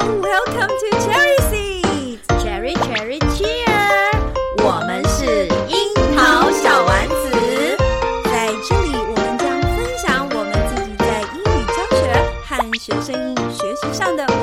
Welcome to Cherry Seeds Cherry Cherry Cheer 我们是樱桃小丸子，在这里我们将分享我们自己在英语教学和学生英语学习上的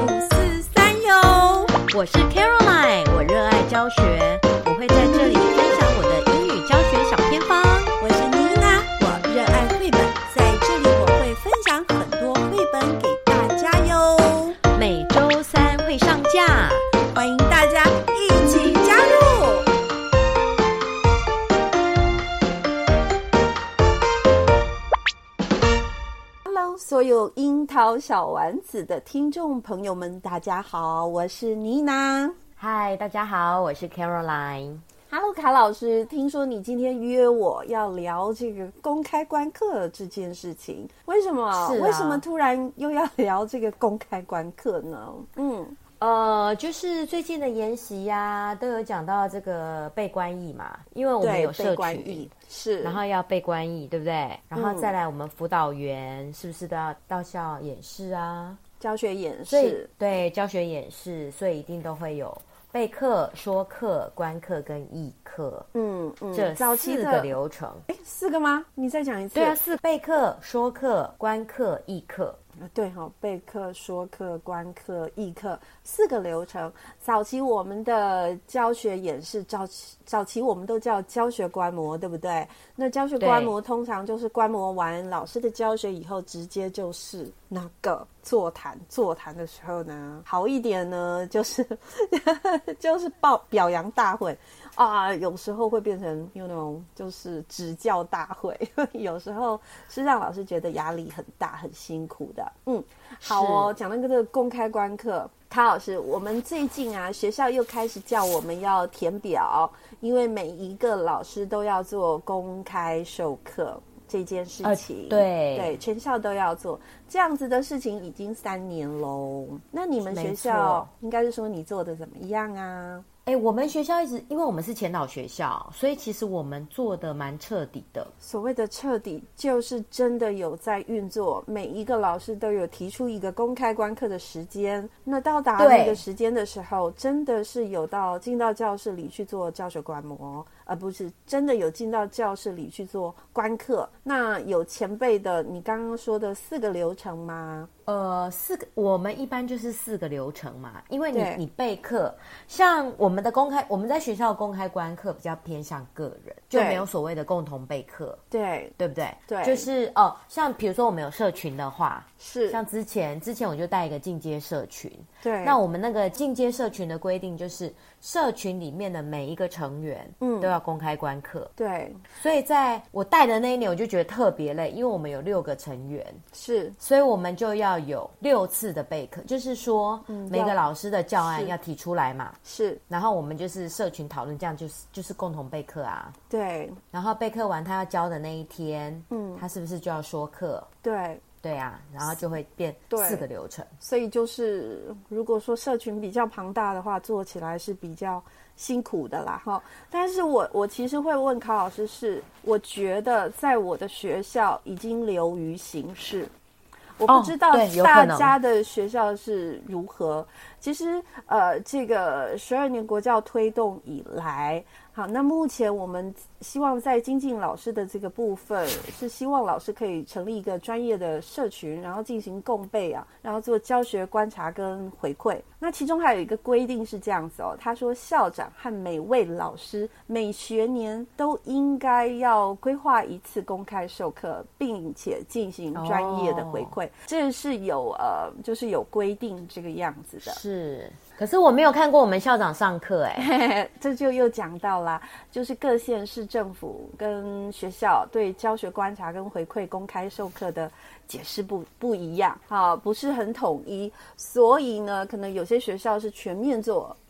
543哟。 我是 Caroline， 我热爱教学，我会在这里分享我的英语教学小偏方。 我是妮娜，我热爱绘本，在这里我会分享很多绘本给大家哟。 每周三会上架， 欢迎大家一起加入。Hello， 所有樱桃小丸子的听众朋友们，大家好，我是妮娜。 嗨，大家好，我是 Caroline。 Hello， 卡老师，听说你今天约我要聊这个公开观课这件事情，为什么？ 是啊， 为什么突然又要聊这个公开观课呢？ 就是最近的研习呀，都有讲到这个备观役嘛，因为我们有社群， 是， 然后要备观役，对不对？然后再来我们辅导员是不是都要到校演示啊？ 教学演示， 对，教学演示，所以一定都会有备课、说课、观课跟议课，这4个流程。 4个吗？你再讲一次。 对啊，4备课、说课、观课、议课。 对哈，备课、说课、观课、议课4个流程。早期我们的教学演示，早期我们都叫教学观摩，对不对？那教学观摩通常就是观摩完老师的教学以后，直接就是那个座谈的时候呢，好一点呢，就是就是表扬大会啊，有时候会变成就是指教大会，有时候是让老师觉得压力很大、很辛苦的。好哦，讲那个公开观课，卡老师，我们最近啊，学校又开始叫我们要填表，因为每一个老师都要做公开授课这件事情，对，全校都要做这样子的事情，已经3年喽。那你们学校应该是说你做的怎么样啊？ 我们学校一直，因为我们是前导学校，所以其实我们做的蛮彻底的。 所谓的彻底，就是真的有在运作，每一个老师都有提出一个公开观课的时间。那到达那个时间的时候，真的是有进到教室里去做教学观摩，而不是真的有进到教室里去做观课。那有前辈的，你刚刚说的4个流程吗我们一般就是4个流程嘛，因为你备课，像我们在学校公开观课比较偏向个人，就没有所谓的共同备课，对不对？对，就是像比如说我们有社群的话，是像之前我就带一个进阶社群，对，那我们那个进阶社群的规定就是社群里面的每一个成员都要公开观课，对，所以在我带的那一年我就觉得特别累，因为我们有6个成员，是，所以我们就要有6次的备课，就是说每个老师的教案要提出来嘛，是，然后我们就是社群讨论，这样就是共同备课啊，对，然后备课完他要教的那一天，他是不是就要说课？对啊，然后就会变4个流程， 所以就是如果说社群比较庞大的话，做起来是比较辛苦的啦哈。但是我其实会问考老师是，我觉得在我的学校已经流于形式，我不知道大家的学校是如何。其实这个12年国教推动以来，好，那目前我们希望在精进老师的这个部分，是希望老师可以成立一个专业的社群，然后进行共备啊，然后做教学观察跟回馈。那其中还有一个规定是这样子哦，他说校长和每位老师每学年都应该要规划1次公开授课，并且进行专业的回馈，这是就是有规定这个样子的。 是，可是我没有看过我们校长上课这就又讲到啦，就是各县市政府跟学校对教学观察跟回馈公开授课的解释不一样，不是很统一，所以呢，可能有些学校是全面做1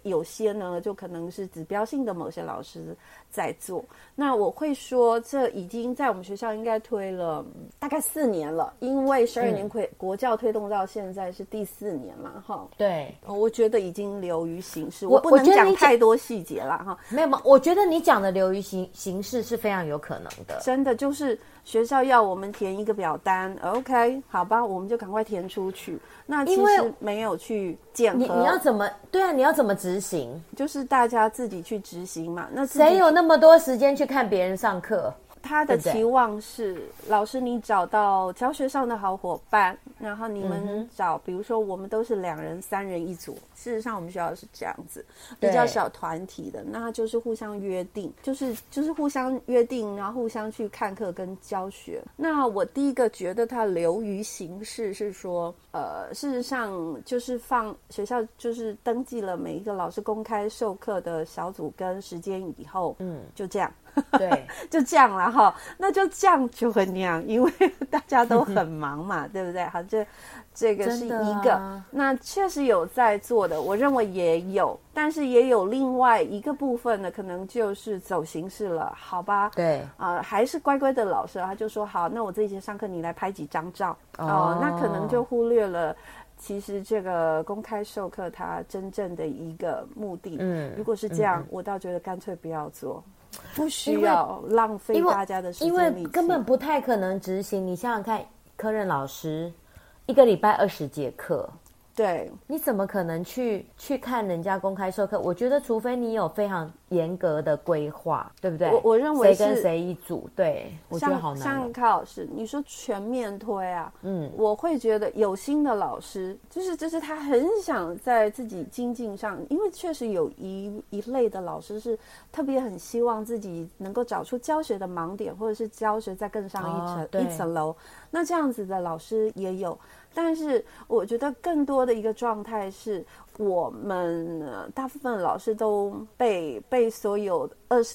有些呢就可能是指标性的某些老师在做。那我会说这已经在我们学校应该推了大概4年了，因为12年国教推动到现在是第4年嘛，哈。 对， 我觉得已经流于形式，我不能讲太多细节啦，哈。 没有，我觉得你讲的流于形式是非常有可能的。 真的就是学校要我们填一个表单 ，OK， 好吧，我们就赶快填出去。那其实没有去检核， 你要怎么对啊？你要怎么执行？ 就是大家自己去执行嘛。那谁有那么多时间去看别人上课？ 他的期望是老师你找到教学上的好伙伴，然后你们找比如说我们都是2人3人一组，事实上我们学校是这样子比较小团体的，那就是互相约定，就是互相约定，然后互相去看课跟教学。那我第一个觉得它流于形式是说事实上就是学校就是登记了每一个老师公开授课的小组跟时间以后，就这样对就这样了哈，那就这样就很娘，因为大家都很忙嘛对不对？好，这个是一个那确实有在做的，我认为也有，但是也有另外一个部分呢，可能就是走形式了，好吧？ 对还是乖乖的老师，他就说好，那我这一节上课你来拍几张照那可能就忽略了其实这个公开授课它真正的一个目的。如果是这样，我倒觉得干脆不要做，不需要浪费大家的时间力气， 因为根本不太可能执行。你想想看，科任老师1个礼拜20节课， 对， 你怎么可能去看人家公开授课？我觉得除非你有非常严格的规划，对不对？ 我认为谁跟谁一组，对，我觉得好难。 像柯老师，你说全面推啊，我会觉得有心的老师，就是他很想在自己精进上，因为确实有一类的老师是特别很希望自己能够找出教学的盲点，或者是教学再更上一层楼。那这样子的老师也有，但是我觉得更多的一个状态是我们大部分老师都被所有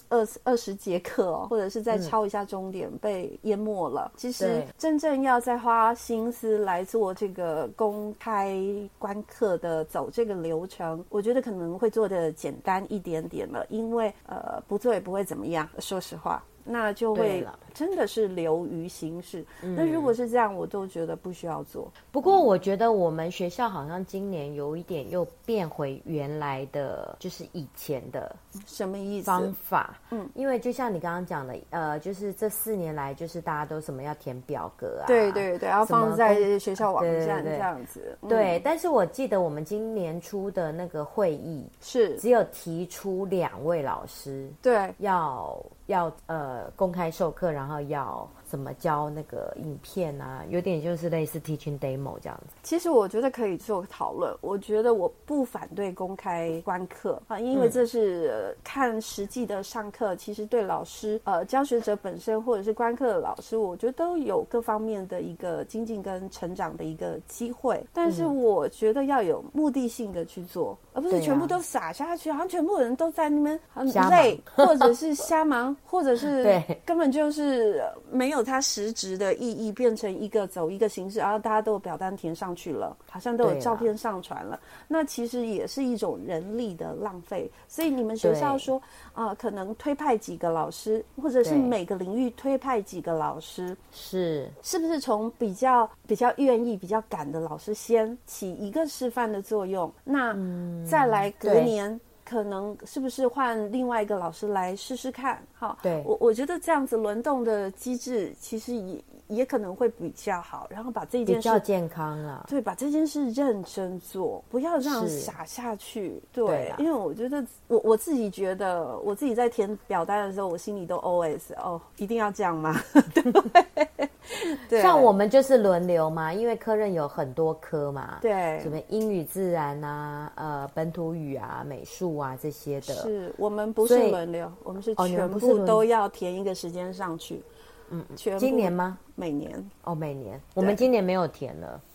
20节课或者是再抄一下钟点被淹没了。其实真正要再花心思来做这个公开观课的走这个流程，我觉得可能会做的简单一点点了，因为不做也不会怎么样，说实话。那就会真的是流于形式。那如果是这样，我都觉得不需要做。 不过我觉得我们学校好像今年有一点又变回原来的，就是以前的什么意思方法？因为就像你刚刚讲的，就是这4年来，就是大家都什么要填表格啊， 对，要放在学校网站这样子。 对，但是我记得我们今年初的那个会议是只有提出2位老师， 对， 要公开授课，然后要怎么教那个影片啊，有点就是类似 teaching demo 这样子。 其实我觉得可以做讨论，我觉得我不反对公开观课因为这是看实际的上课，其实对老师教学者本身或者是观课的老师，我觉得都有各方面的一个精进跟成长的一个机会。但是我觉得要有目的性的去做，而不是全部都撒下去，好像全部人都在那边很累，或者是瞎忙，或者是根本就是没有它实质的意义，变成一个走一个形式，然后大家都有表单填上去了，好像都有照片上传了，那其实也是一种人力的浪费。所以你们学校说可能推派几个老师，或者是每个领域推派几个老师，是不是从比较愿意比较敢的老师先起一个示范的作用，那再来隔年可能是不是换另外一个老师来试试看？好， 对， 我觉得这样子轮动的机制其实也可能会比较好，然后把这件事比较健康了。 对，把这件事认真做，不要这样傻下去。对，因为我觉得我自己觉得，我自己在填表单的时候，我心里都 always 一定要这样吗？对， 像我们就是轮流嘛，因为科任有很多科嘛， 对， 什么英语、自然啊，本土语啊，美术啊这些的。 是我们不是轮流，我们是全部都要填一个时间上去。 今年吗？ 每年。 每年。我们今年没有填了，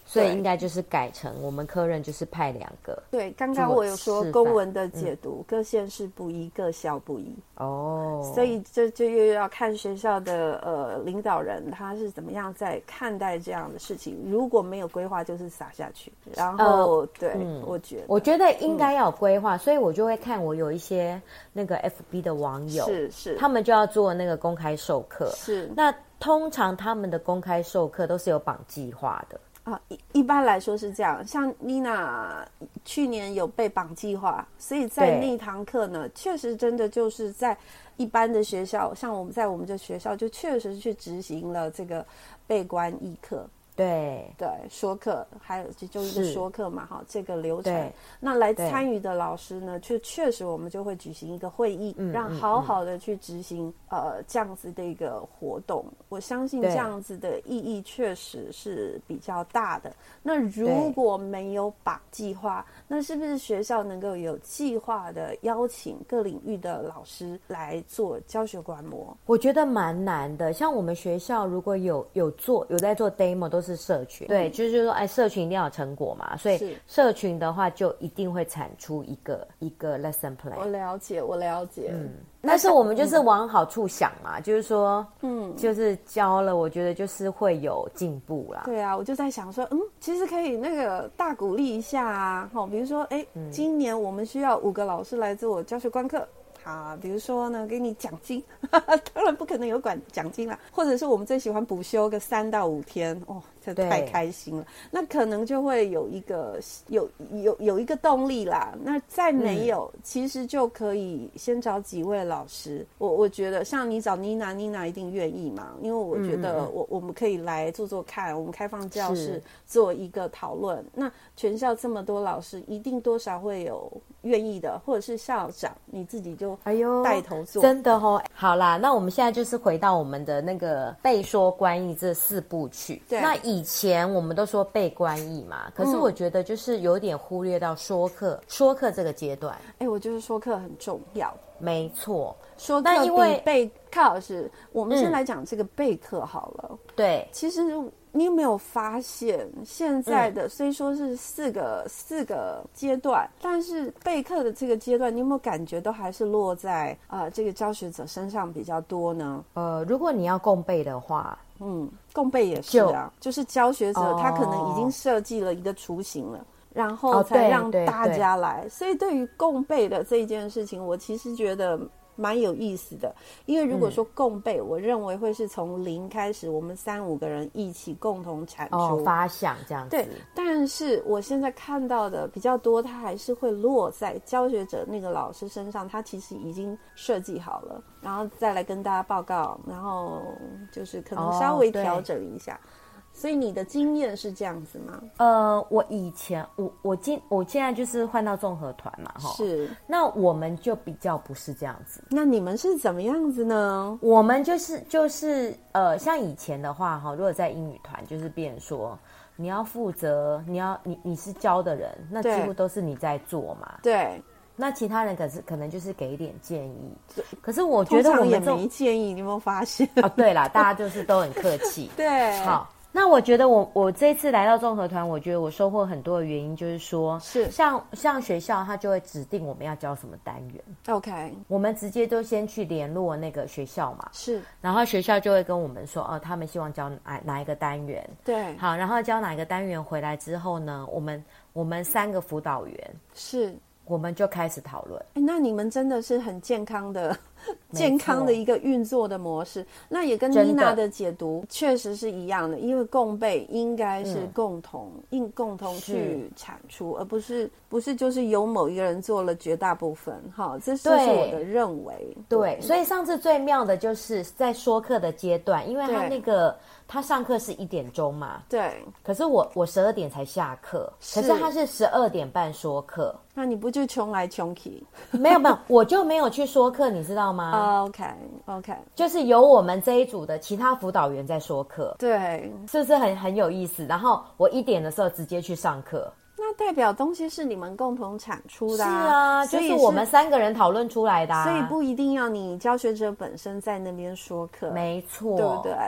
所以应该就是改成我们科任就是派2个。 对，刚刚我有说公文的解读，各县市不一，各校不一。所以就又要看学校的领导人他是怎么样在看待这样的事情。如果没有规划，就是撒下去。然后对，我觉得应该要有规划，所以我就会看我有一些那个 FB 的网友， 是他们就要做那个公开授课。 是， 那通常他们的公开授课都是有绑计划的。 一般来说是这样，像妮娜去年有被绑计划，所以在那堂课呢，确实真的就是在一般的学校，像我们在我们的学校就确实去执行了这个备观议课。对，说课还有就一个说课嘛，哈，这个流程。那来参与的老师呢，确实我们就会举行一个会议，让好好的去执行这样子的一个活动。我相信这样子的意义确实是比较大的。那如果没有绑计划，那是不是学校能够有计划的邀请各领域的老师来做教学观摩？ 我觉得蛮难的。像我们学校如果有在做 demo， 都是社群。对，就是说，社群一定要有成果嘛，所以社群的话就一定会产出一个 lesson plan。 我了解。 但是我们就是往好处想嘛，就是说，就是教了，我觉得就是会有进步啦。 对啊，我就在想说，其实可以那个大鼓励一下啊，比如说，今年我们需要5个老师来做教学观课。比如说呢，给你奖金，当然不可能有管奖金啦，或者是我们最喜欢补休个3到5天，这太开心了。那可能就会有一个有一个动力啦。那再没有，其实就可以先找几位老师。我觉得像你找妮娜一定愿意嘛，因为我觉得我们可以来做做看，我们开放教室做一个讨论。那全校这么多老师，一定多少会有愿意的，或者是校长你自己就带头做。 真的哦。好啦，那我们现在就是回到我们的那个背说观议这4部曲。那以前我们都说背观议嘛，可是我觉得就是有点忽略到说课这个阶段。 我觉得说课很重要。 没错， 说课比备课老师，我们先来讲这个备课好了。 对， 其实你有没有发现现在的虽说是四个阶段，但是备课的这个阶段，你有没有感觉都还是落在这个教学者身上比较多呢？ 如果你要共备的话， 共备也是啊，就是教学者他可能已经设计了一个雏形了。然后才让大家来，所以对于共备的这一件事情，我其实觉得蛮有意思的。因为如果说共备，我认为会是从0开始，我们3、5个人一起共同产出、 发想这样子。 对，但是我现在看到的比较多，它还是会落在教学者那个老师身上，他其实已经设计好了，然后再来跟大家报告，然后就是可能稍微调整一下。所以你的经验是这样子吗？ 我以前我现在就是换到综合团嘛， 是。 那我们就比较不是这样子。 那你们是怎么样子呢？ 我们就是像以前的话如果在英语团，就是变成说你要负责，你是教的人，那几乎都是你在做嘛。 对。 那其他人可能就是给一点建议，可是我觉得我们也没建议，你有没有发现？ 对啦，大家就是都很客气。 对。 好。那我觉得我这次来到综合团，我觉得我收获很多的原因就是说， 是像学校他就会指定我们要教什么单元 ，OK， 我们直接都先去联络那个学校嘛， 是， 然后学校就会跟我们说，他们希望教哪一个单元， 对， 好，然后教哪一个单元回来之后呢，我们3个辅导员是。 我们就开始讨论。 那你们真的是很健康的一个运作的模式。那也跟妮娜的解读确实是一样的，因为共备应该是共同去产出，而不是就是由某一个人做了绝大部分。这是我的认为。 对，所以上次最妙的就是在说课的阶段，因为他上课是1点钟嘛， 对。 可是我12点才下课，可是他是12点半说课。 那你不就穷来穷去？ 没有，我就没有去说课，你知道吗 ？OK， 就是由我们这一组的其他辅导员在说课， 对， 是不是很有意思？然后我1点的时候直接去上课， 那代表东西是你们共同产出的。 是啊，就是我们3个人讨论出来的。 所以不一定要你教学者本身在那边说课， 没错， 对不对？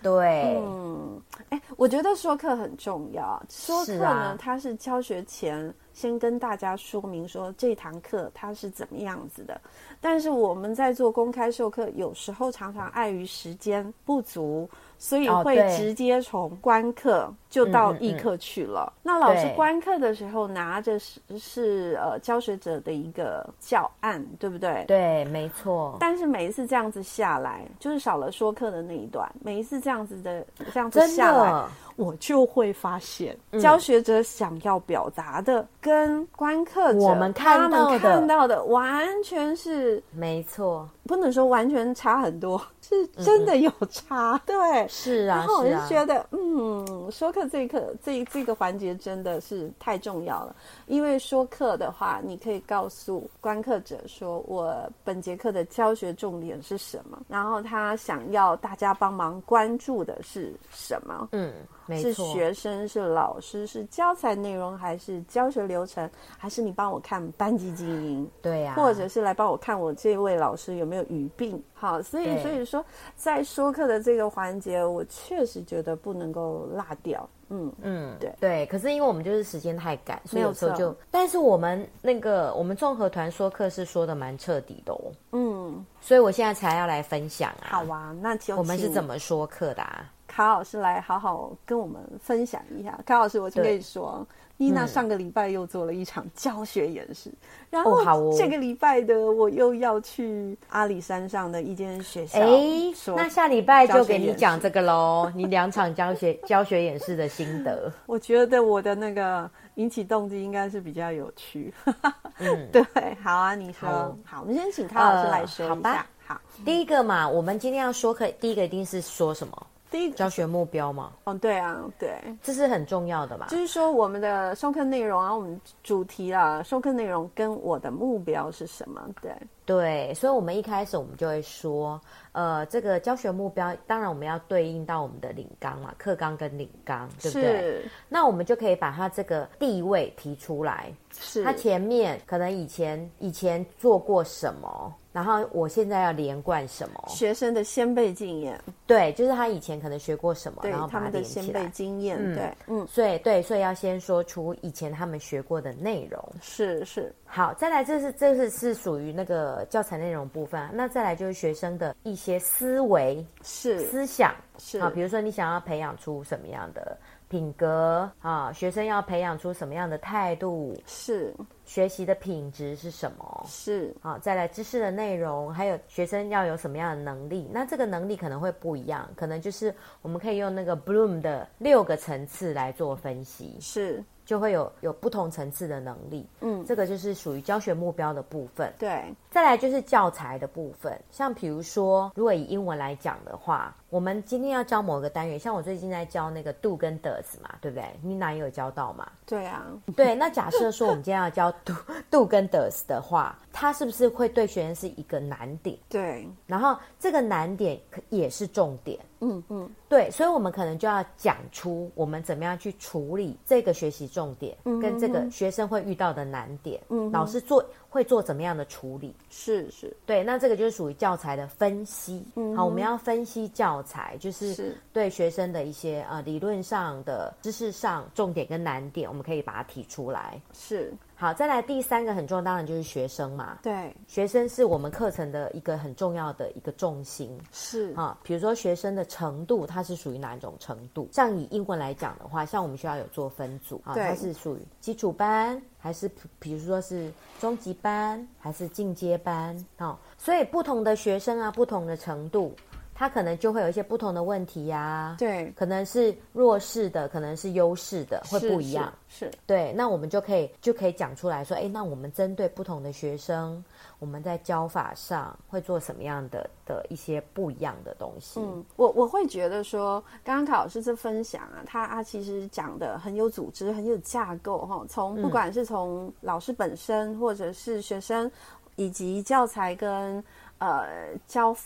对， 我觉得说课很重要。说课呢，它是教学前先跟大家说明说这堂课它是怎么样子的。但是我们在做公开授课，有时候常常碍于时间不足，所以会直接从观课就到议课去了。那老师观课的时候拿着是教学者的一个教案，对不对？ 对，没错。 但是每一次这样子下来，就是少了说课的那一段，每一次这样子下来，我就会发现，教学者想要表达的跟观课者我们看到的完全是没错， 不能说完全差很多，是真的有差。对， 是啊。 然后我就觉得，说课这个环节真的是太重要了。因为说课的话，你可以告诉观课者说，我本节课的教学重点是什么，然后他想要大家帮忙关注的是什么。是学生，是老师，是教材内容，还是教学流程，还是你帮我看班级经营？ 对呀， 或者是来帮我看我这位老师有没有语病？好，所以说在说课的这个环节，我确实觉得不能够落掉。对。 可是因为我们就是时间太赶，所以有时候就，但是我们我们综合团说课是说的蛮彻底的哦。所以我现在才要来分享啊。 好啊，那我们是怎么说课的啊？ 卡老师来好好跟我们分享一下。卡老师，我就跟你说，妮娜上个礼拜又做了一场教学演示，然后这个礼拜的我又要去阿里山上的一间学校。 那下礼拜就给你讲这个咯，你2场教学演示的心得。 我觉得我的那个引起动机应该是比较有趣。对，好啊，你说。好，我们先请卡老师来说一下。 好吧。好，第一个嘛，我们今天要说课，第一个一定是说什么？第一个教学目标嘛。 对啊，对， 这是很重要的嘛。 就是说我们的授课内容啊，我们主题啦，授课内容跟我的目标是什么？ 对，所以我们一开始我们就会说，这个教学目标，当然我们要对应到我们的领纲嘛，课纲跟领纲，对不对？那我们就可以把它这个地位提出来，它前面可能以前做过什么，然后我现在要连贯什么， 学生的先辈经验， 对，就是他以前可能学过什么，然后把它连起来， 他们的先辈经验， 所以要先说出以前他们学过的内容， 是。 好，再来这是属于那个教材内容部分，那再来就是学生的一些思维、思想，比如说你想要培养出什么样的品格啊，学生要培养出什么样的态度，学习的品质是什么，再来知识的内容，还有学生要有什么样的能力，那这个能力可能会不一样，可能就是我们可以用那个 Bloom 的6个层次来做分析，就会有不同层次的能力，这个就是属于教学目标的部分。 对， 再来就是教材的部分，像比如说，如果以英文来讲的话，我们今天要教某个单元，像我最近在教那个 do 跟 does 嘛，对不对？你哪也有教到嘛？ 对啊， 对。那假设说我们今天要教 do 跟 does 的话，它是不是会对学生是一个难点？ 对。 然后这个难点也是重点。对，所以我们可能就要讲出我们怎么样去处理这个学习重点，跟这个学生会遇到的难点，老师会做怎么样的处理？ 是， 对，那这个就是属于教材的分析。好，我们要分析教材，就是对学生的一些理论上的、知识上重点跟难点，我们可以把它提出来。好，再来第3个很重要，当然就是学生嘛。 对， 学生是我们课程的一个很重要的一个重心。比如说学生的程度，它是属于哪一种程度？像以英文来讲的话，像我们学校有做分组，它是属于基础班，还是比如说是中级班，还是进阶班？所以不同的学生啊，不同的程度，他可能就会有一些不同的问题呀， 对， 可能是弱势的，可能是优势的，会不一样，对，那我们就可以讲出来说，那我们针对不同的学生，我们在教法上会做什么样的一些不一样的东西。 我会觉得说，刚刚卡老师这分享啊，他其实讲的很有组织，很有架构哈，不管是从老师本身，或者是学生，以及教材跟教法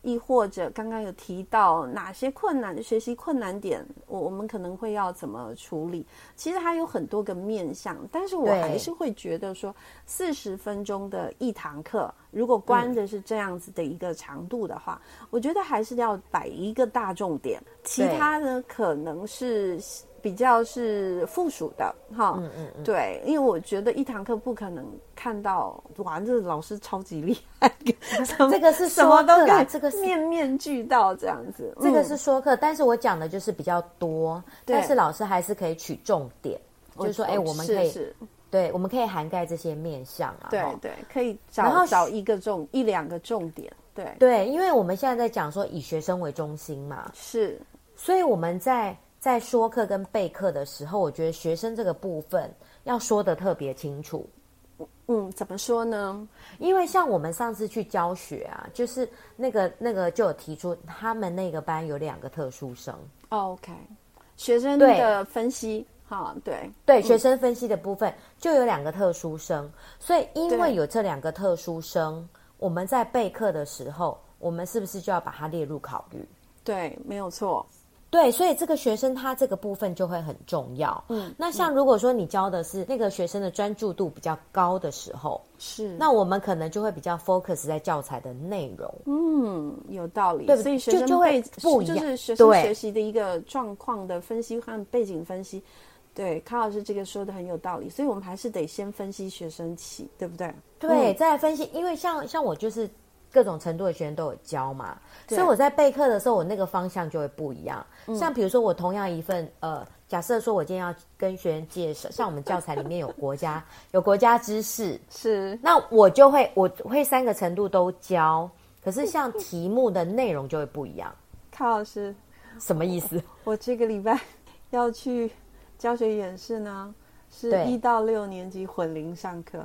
亦或者刚刚有提到哪些学习困难点，我们可能会要怎么处理。其实它有很多个面向，但是我还是会觉得说40分钟的一堂课，如果关的是这样子的一个长度的话，我觉得还是要摆一个大重点，其他呢可能是比较是附属的哈，对，因为我觉得一堂课不可能看到哇，这老师超级厉害， 这个是说课啦，这个是面面俱到这样子， 这个是说课，但是我讲的就是比较多，但是老师还是可以取重点，就是说，我们可以对，我们可以涵盖这些面向啊， 对对，可以找一两个重点， 对，因为我们现在在讲说以学生为中心嘛， 是， 所以我们在说课跟备课的时候，我觉得学生这个部分要说得特别清楚。 怎么说呢？ 因为像我们上次去教学啊，就是那个就有提出，他们那个班有2个特殊生。 OK， 学生的分析， 对，学生分析的部分就有2个特殊生，所以因为有这2个特殊生，我们在备课的时候，我们是不是就要把它列入考虑？ 对，没有错。 对，所以这个学生他这个部分就会很重要。那像如果说你教的是那个学生的专注度比较高的时候， 是， 那我们可能就会比较 focus 在教材的内容。 有道理。 对， 所以学生就会不一样， 就是学生学习的一个状况的分析和背景分析。对，康老师这个说的很有道理，所以我们还是得先分析学生起，对不对？ 对，再来分析，因为像我就是各种程度的学生都有教嘛，所以我在备课的时候，我那个方向就会不一样。像比如说我同样一份假设说我今天要跟学生介绍，像我们教材里面有国家知识， 是， 那我会3个程度都教，可是像题目的内容就会不一样。 康老师， 什么意思？ 我这个礼拜要去教学演示呢，是1到6年级混龄上课。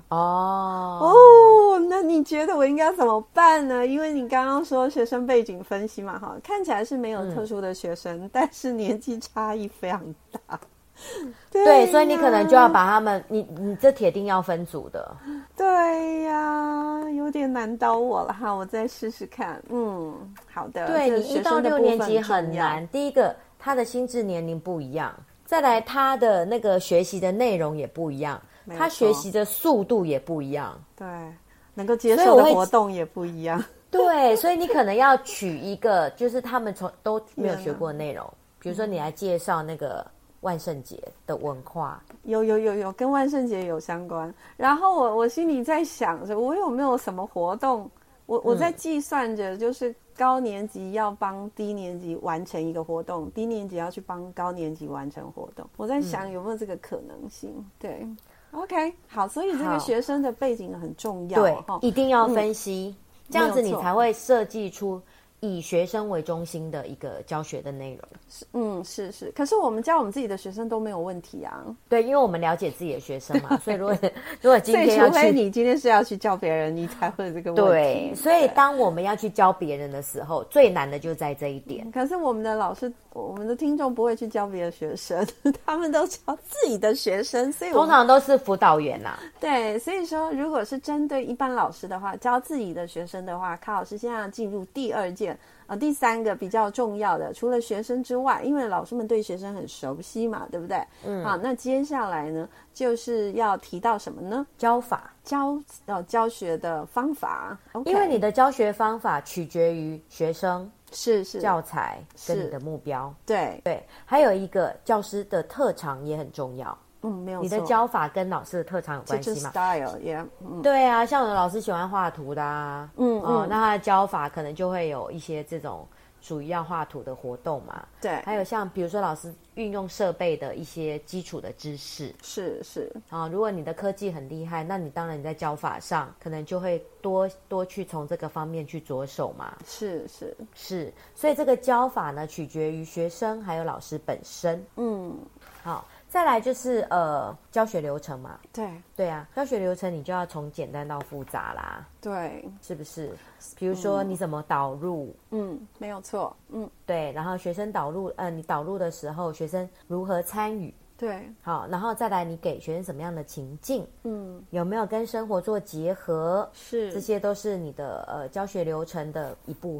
那你觉得我应该怎么办呢？因为你刚刚说学生背景分析嘛，看起来是没有特殊的学生，但是年纪差异非常大。 对，所以你可能就要把他们，你这铁定要分组的。 对呀，有点难倒我了哈，我再试试看。好的。 对，你1到6年级很难。第一个，他的心智年龄不一样，再来他的那个学习的内容也不一样，他学习的速度也不一样。 对，能够接受的活动也不一样。 对，所以你可能要取一个，就是他们都没有学过的内容，比如说你来介绍那个万圣节的文化。 有，跟万圣节有相关。然后我心里在想着，我有没有什么活动？我在计算着，就是高年级要帮低年级完成一个活动，低年级要去帮高年级完成活动。我在想有没有这个可能性？对。OK， 好，所以这个学生的背景很重要， 对，一定要分析，这样子你才会设计出以学生为中心的一个教学的内容。 是。可是我们教我们自己的学生都没有问题啊。 对，因为我们了解自己的学生嘛，所以如果今天要去， 除非你今天是要去教别人，你才会有这个问题。 对，所以当我们要去教别人的时候，最难的就在这一点。 可是我们的老师，我们的听众不会去教别的学生，他们都教自己的学生，所以通常都是辅导员啦。 对，所以说如果是针对一般老师的话，教自己的学生的话，康老师现在要进入第2件。第3个比较重要的，除了学生之外，因为老师们对学生很熟悉嘛，对不对？好，那接下来呢，就是要提到什么呢？ 教法， 教学的方法。 因为你的教学方法取决于学生， 是教材跟你的目标。 对， 还有一个教师的特长也很重要。 没有错， 你的教法跟老师的特长有关系嘛 ？style， 对啊，像我的老师喜欢画图的啊，那他的教法可能就会有一些这种属于要画图的活动嘛。 对， 还有像比如说老师运用设备的一些基础的知识， 是如果你的科技很厉害，那你当然你在教法上可能就会多去从这个方面去着手嘛。是，所以这个教法呢，取决于学生还有老师本身。好。再来就是教学流程嘛，对啊，教学流程你就要从简单到复杂啦， 对， 是不是？比如说你怎么导入， 没有错， 对，然后学生导入，你导入的时候学生如何参与， 对， 好，然后再来你给学生什么样的情境，有没有跟生活做结合， 是， 这些都是你的教学流程的一部分。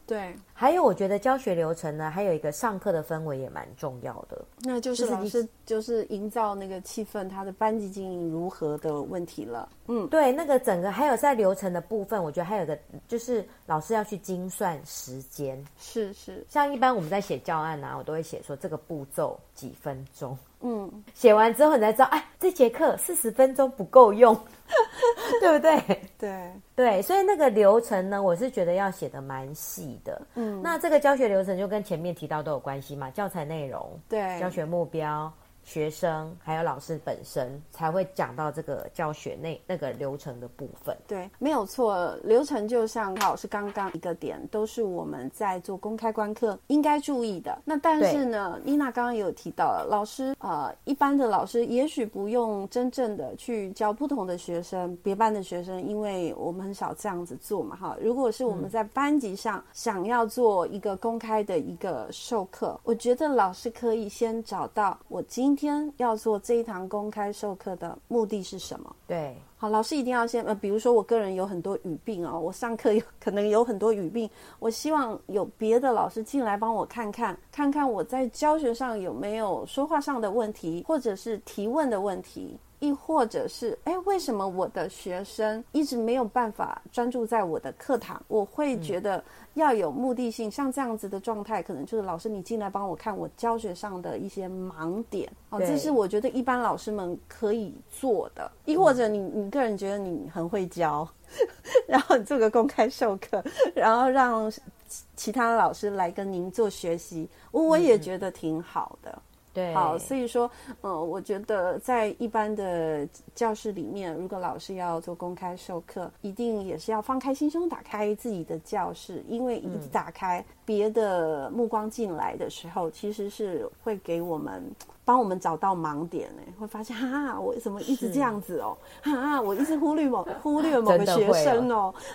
对， 还有我觉得教学流程呢，还有一个上课的氛围也蛮重要的， 那就是老师就是营造那个气氛，他的班级经营如何的问题了。 对，那个整个还有在流程的部分，我觉得还有个就是老师要去精算时间， 是， 像一般我们在写教案啊，我都会写说这个步骤几分钟，写完之后你才知道，这节课40分钟不够用，对不对？对，所以那个流程呢，我是觉得要写得蛮细的。那这个教学流程就跟前面提到都有关系嘛，教材内容， 对， 教学目标，学生还有老师本身才会讲到这个教学那个流程的部分。 对，没有错，流程就像老师刚刚一个点，都是我们在做公开观课应该注意的。那但是呢，妮娜刚刚也有提到了，老师一般的老师也许不用真正的去教不同的学生，别班的学生，因为我们很少这样子做嘛哈。如果是我们在班级上想要做一个公开的一个授课，我觉得老师可以先找到我今天要做这一堂公开授课的目的是什么。 对， 好，老师一定要先比如说我个人有很多语病我上课可能有很多语病，我希望有别的老师进来帮我看看我在教学上有没有说话上的问题，或者是提问的问题，亦或者是为什么我的学生一直没有办法专注在我的课堂，我会觉得要有目的性，像这样子的状态，可能就是老师你进来帮我看我教学上的一些盲点这是我觉得一般老师们可以做的。亦或者你个人觉得你很会教然后你做个公开授课，然后让其他的老师来跟您做学习，我也觉得挺好的。 对， 好，所以说我觉得在一般的教室里面，如果老师要做公开授课，一定也是要放开心胸，打开自己的教室，因为一打开别的目光进来的时候，其实是会给我们帮我们找到盲点会发现我怎么一直这样子我一直忽略某个学生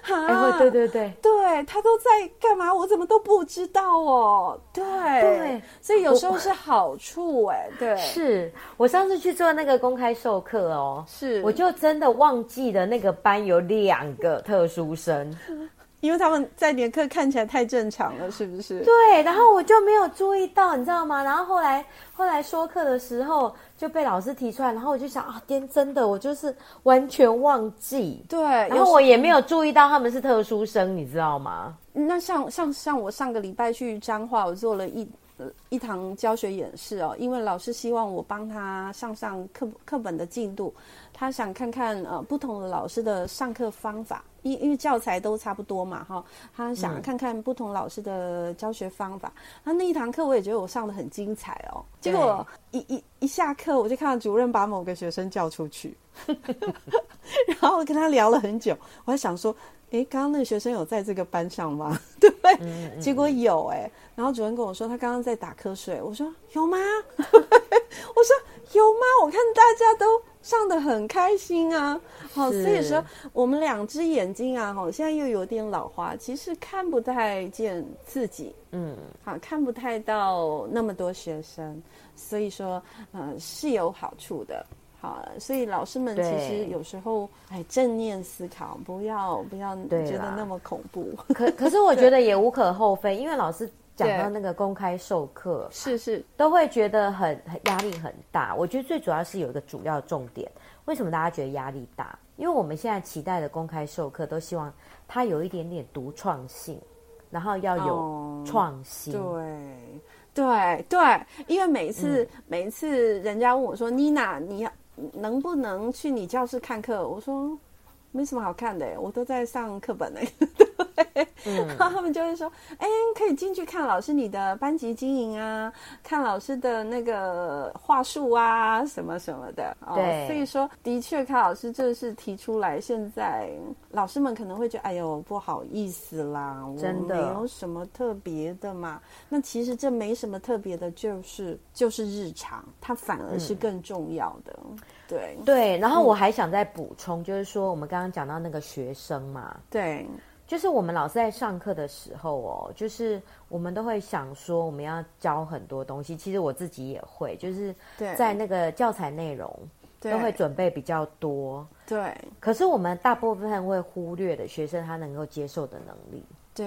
对，他都在干嘛，我怎么都不知道对，所以有时候是好处对， 是我上次去做那个公开授课是我就真的忘记了那个班有2个特殊生因为他们在你的课看起来太正常了，是不是？ 对，然后我就没有注意到，你知道吗？然后后来说课的时候就被老师提出来，然后我就想真的我就是完全忘记。 对， 然后我也没有注意到他们是特殊生，你知道吗？ 那像我上个礼拜去彰化，我做了一堂教学演示因为老师希望我帮他上课本的进度，他想看看不同的老师的上课方法，因为教材都差不多嘛他想看看不同老师的教学方法。那一堂课我也觉得我上得很精彩结果一下课我就看到主任把某个学生叫出去然后跟他聊了很久，我还想说刚刚那个学生有在这个班上吗？对不对？结果有然后主任跟我说他刚刚在打瞌睡，我说有吗？我说有吗？我看大家都上得很开心所以说我们2只眼睛现在又有点老花，其实看不太见自己看不太到那么多学生，所以说是有好处的。好，所以老师们其实有时候正念思考，不要觉得那么恐怖。 可是我觉得也无可厚非，因为老师讲到那个公开授课， 是都会觉得很压力很大。我觉得最主要是有一个主要重点，为什么大家觉得压力大？因为我们现在期待的公开授课都希望它有一点点独创性，然后要有创新。 对，因为每一次人家问我说妮娜你能不能去你教室看课，我说没什么好看的我都在上课本对然后他们就会说可以进去看老师你的班级经营看老师的那个话术什么什么的对， 所以说的确看老师这是提出来，现在老师们可能会觉得哎呦不好意思啦， 真的我没有什么特别的嘛。那其实这没什么特别的，就是日常，它反而是更重要的。 对，然后我还想再补充，就是说我们刚刚讲到那个学生嘛， 对， 就是我们老师在上课的时候就是我们都会想说我们要教很多东西，其实我自己也会，就是在那个教材内容都会准备比较多， 对， 可是我们大部分会忽略的学生他能够接受的能力，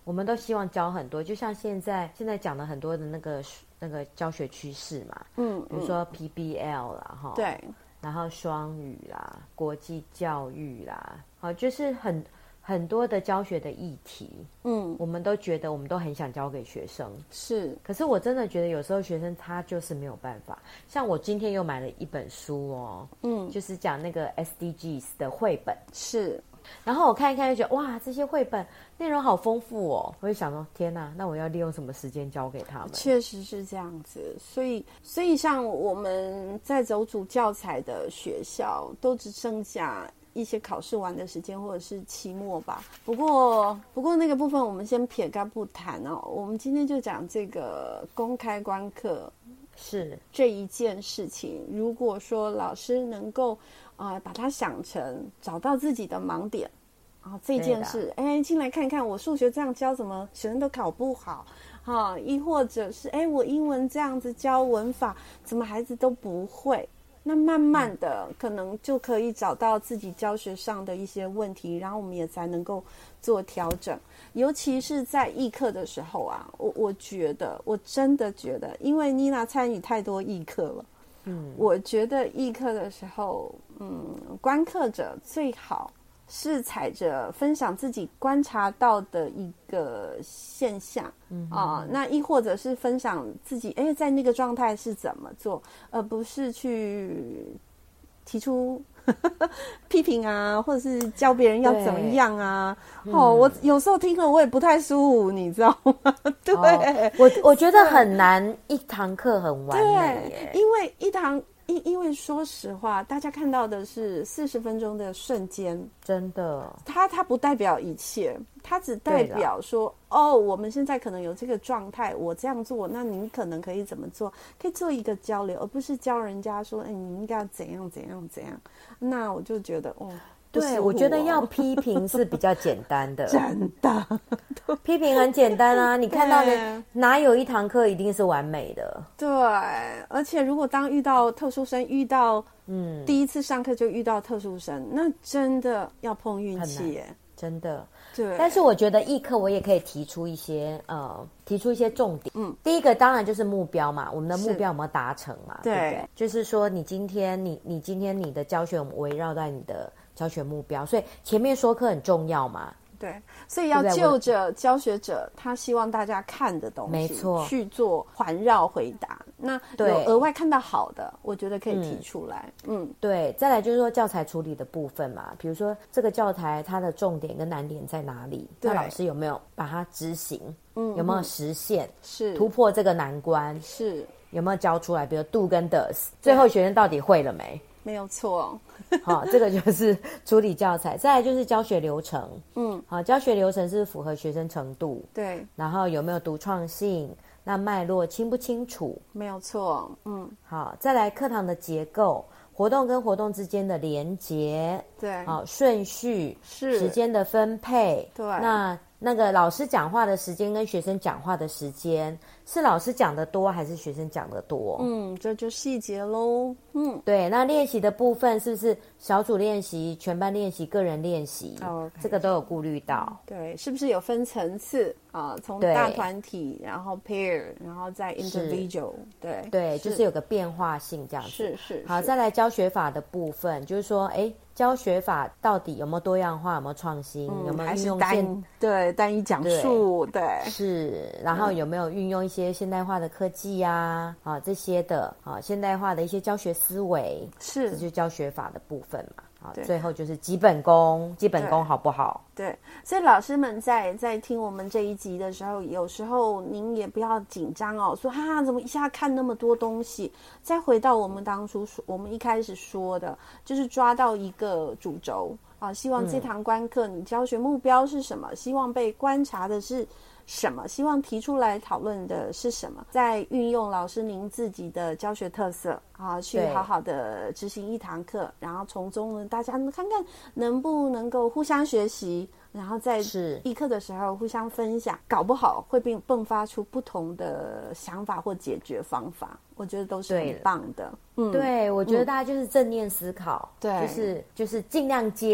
我们都希望教很多，就像现在讲的很多的那个教学趋势嘛，比如说 PBL 啦， 对， 然后双语啦，国际教育啦，就是很多的教学的议题，我们都觉得我们都很想教给学生， 是。 可是我真的觉得有时候学生他就是没有办法。像我今天又买了一本书哦，就是讲那个 SDGs 的绘本， 是。然后我看一看就觉得哇，这些绘本内容好丰富哦，我就想说天哪，那我要利用什么时间教给他们？ 确实是这样子，所以像我们在走主教材的学校，都只剩下一些考试完的时间，或者是期末吧。不过那个部分我们先撇开不谈哦。我们今天就讲这个公开观课是这一件事情。如果说老师能够把它想成找到自己的盲点这件事，进来看看我数学这样教，怎么学生都考不好亦或者是我英文这样子教文法，怎么孩子都不会。那慢慢的可能就可以找到自己教学上的一些问题，然后我们也才能够做调整。尤其是在艺课的时候我真的觉得，因为妮娜参与太多艺课了，我觉得艺课的时候观课者最好是踩着分享自己观察到的一个现象那亦或者是分享自己在那个状态是怎么做，而不是去提出批评或者是教别人要怎么样我有时候听了我也不太舒服，你知道吗？对， 我觉得很难一堂课很完美耶， 因为说实话，大家看到的是40分钟的瞬间， 真的， 它不代表一切，它只代表说我们现在可能有这个状态，我这样做，那你可能可以怎么做，可以做一个交流，而不是教人家说你应该怎样怎样怎样。那我就觉得对，我觉得要批评是比较简单的， 真的， 批评很简单啊！你看到的哪有一堂课一定是完美的？ 对，而且如果当遇到特殊生，遇到第一次上课就遇到特殊生，那真的要碰运气耶， 真的。 对， 但是我觉得艺课我也可以提出一些重点。第一个当然就是目标嘛，我们的目标有没有达成嘛？对不对？就是说你今天你的教学围绕在你的教学目标，所以前面说课很重要嘛。 对，所以要就着教学者他希望大家看的东西， 没错， 去做环绕回答。那有额外看到好的，我觉得可以提出来。 对。再来就是说教材处理的部分嘛，比如说这个教材它的重点跟难点在哪里？那老师有没有把它执行？有没有实现？ 是突破这个难关？ 是有没有教出来？比如 do 跟 does， 最后学生到底会了没？ 没有错。 好，这个就是处理教材。再来就是教学流程。好，教学流程是符合学生程度。 对。 然后有没有独创性？那脉络清不清楚？ 没有错。 好，再来课堂的结构，活动跟活动之间的连结。 对。 好，顺序是时间的分配。 对。 那个老师讲话的时间跟学生讲话的时间，是老师讲的多还是学生讲的多？ 这就细节咯。 对。那练习的部分是不是小组练习、全班练习、个人练习？这个都有顾虑到。 对，是不是有分层次从大团体，然后 pair， 然后再 individual。对， 就是有个变化性这样子。 是。 好，再来教学法的部分，就是说，教学法到底有没有多样化，有没有创新，有没有运用单一讲述，对， 是，然后有没有运用一些现代化的科技这些的现代化的一些教学思维， 是， 这就是教学法的部分嘛。最后就是基本功好不好？ 对，所以老师们在听我们这一集的时候，有时候您也不要紧张说怎么一下看那么多东西。再回到我们当初我们一开始说的，就是抓到一个主轴希望这堂观课你教学目标是什么？希望被观察的是什么？希望提出来讨论的是什么？再运用老师您自己的教学特色去好好的执行一堂课，然后从中呢，大家看看能不能够互相学习，然后在议课的时候互相分享，搞不好会迸发出不同的想法或解决方法，我觉得都是很棒的。 对，我觉得大家就是正念思考，对，就是尽量接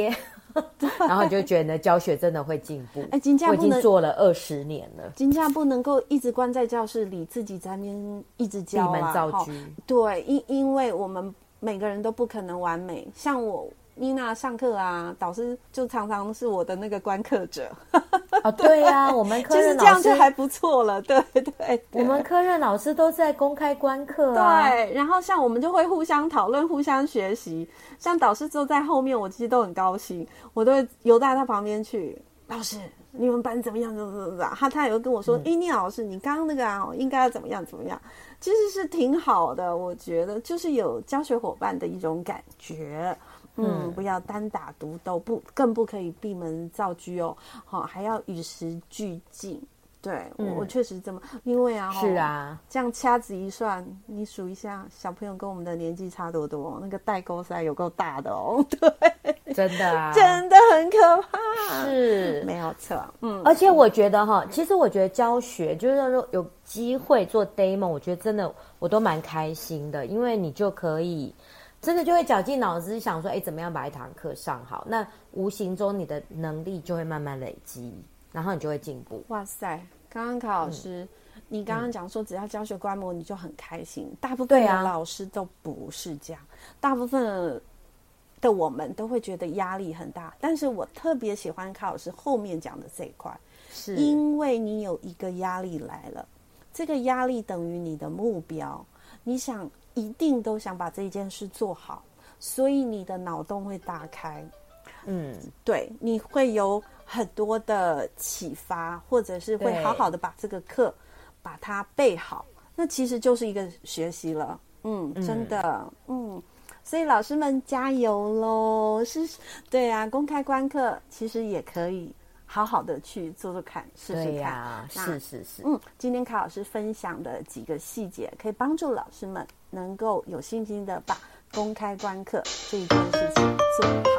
然后你就觉得你的教学真的会进步。我已经做了20年了， 金价不能够一直关在教室里，自己在那边一直教闭门造车。 对，因为我们每个人都不可能完美，像我妮娜上课啊，导师就常常是我的那个观课者。 哦，对啊，我们科任老师就是这样就还不错了，对， 我们科任老师都在公开观课啊。对，然后像我们就会互相讨论、互相学习。像导师坐在后面，我其实都很高兴，我都会游到他旁边去。老师，你们班怎么样？怎么？他也会跟我说：“妮娜老师，你刚刚那个啊，应该要怎么样？怎么样？”其实是挺好的，我觉得就是有教学伙伴的一种感觉。不要单打独斗，更不可以闭门造车哦。好，还要与时俱进。对，我确实这么，因为啊， 是啊， 这样掐指一算，你数一下，小朋友跟我们的年纪差多多，那个代沟实在有够大的哦。对， 真的啊， 真的很可怕， 是没有错。 而且我觉得哈，其实我觉得教学就是说有机会做 demo， 我觉得真的我都蛮开心的，因为你就可以。真的就会绞尽脑汁想说，怎么样把一堂课上好？那无形中你的能力就会慢慢累积，然后你就会进步。 哇塞！刚刚考老师，你刚刚讲说只要教学观摩你就很开心，大部分的老师都不是这样，大部分的我们都会觉得压力很大。但是我特别喜欢考老师后面讲的这一块，是因为你有一个压力来了，这个压力等于你的目标，你想。一定都想把这件事做好，所以你的脑洞会打开。对，你会有很多的启发，或者是会好好的把这个课把它备好，那其实就是一个学习了。真的，所以老师们加油咯！对啊，公开观课其实也可以好好的去做做看，试试看。 对呀，是。 今天卡老师分享的几个细节，可以帮助老师们能够有信心的把公开观课这一件事情做好。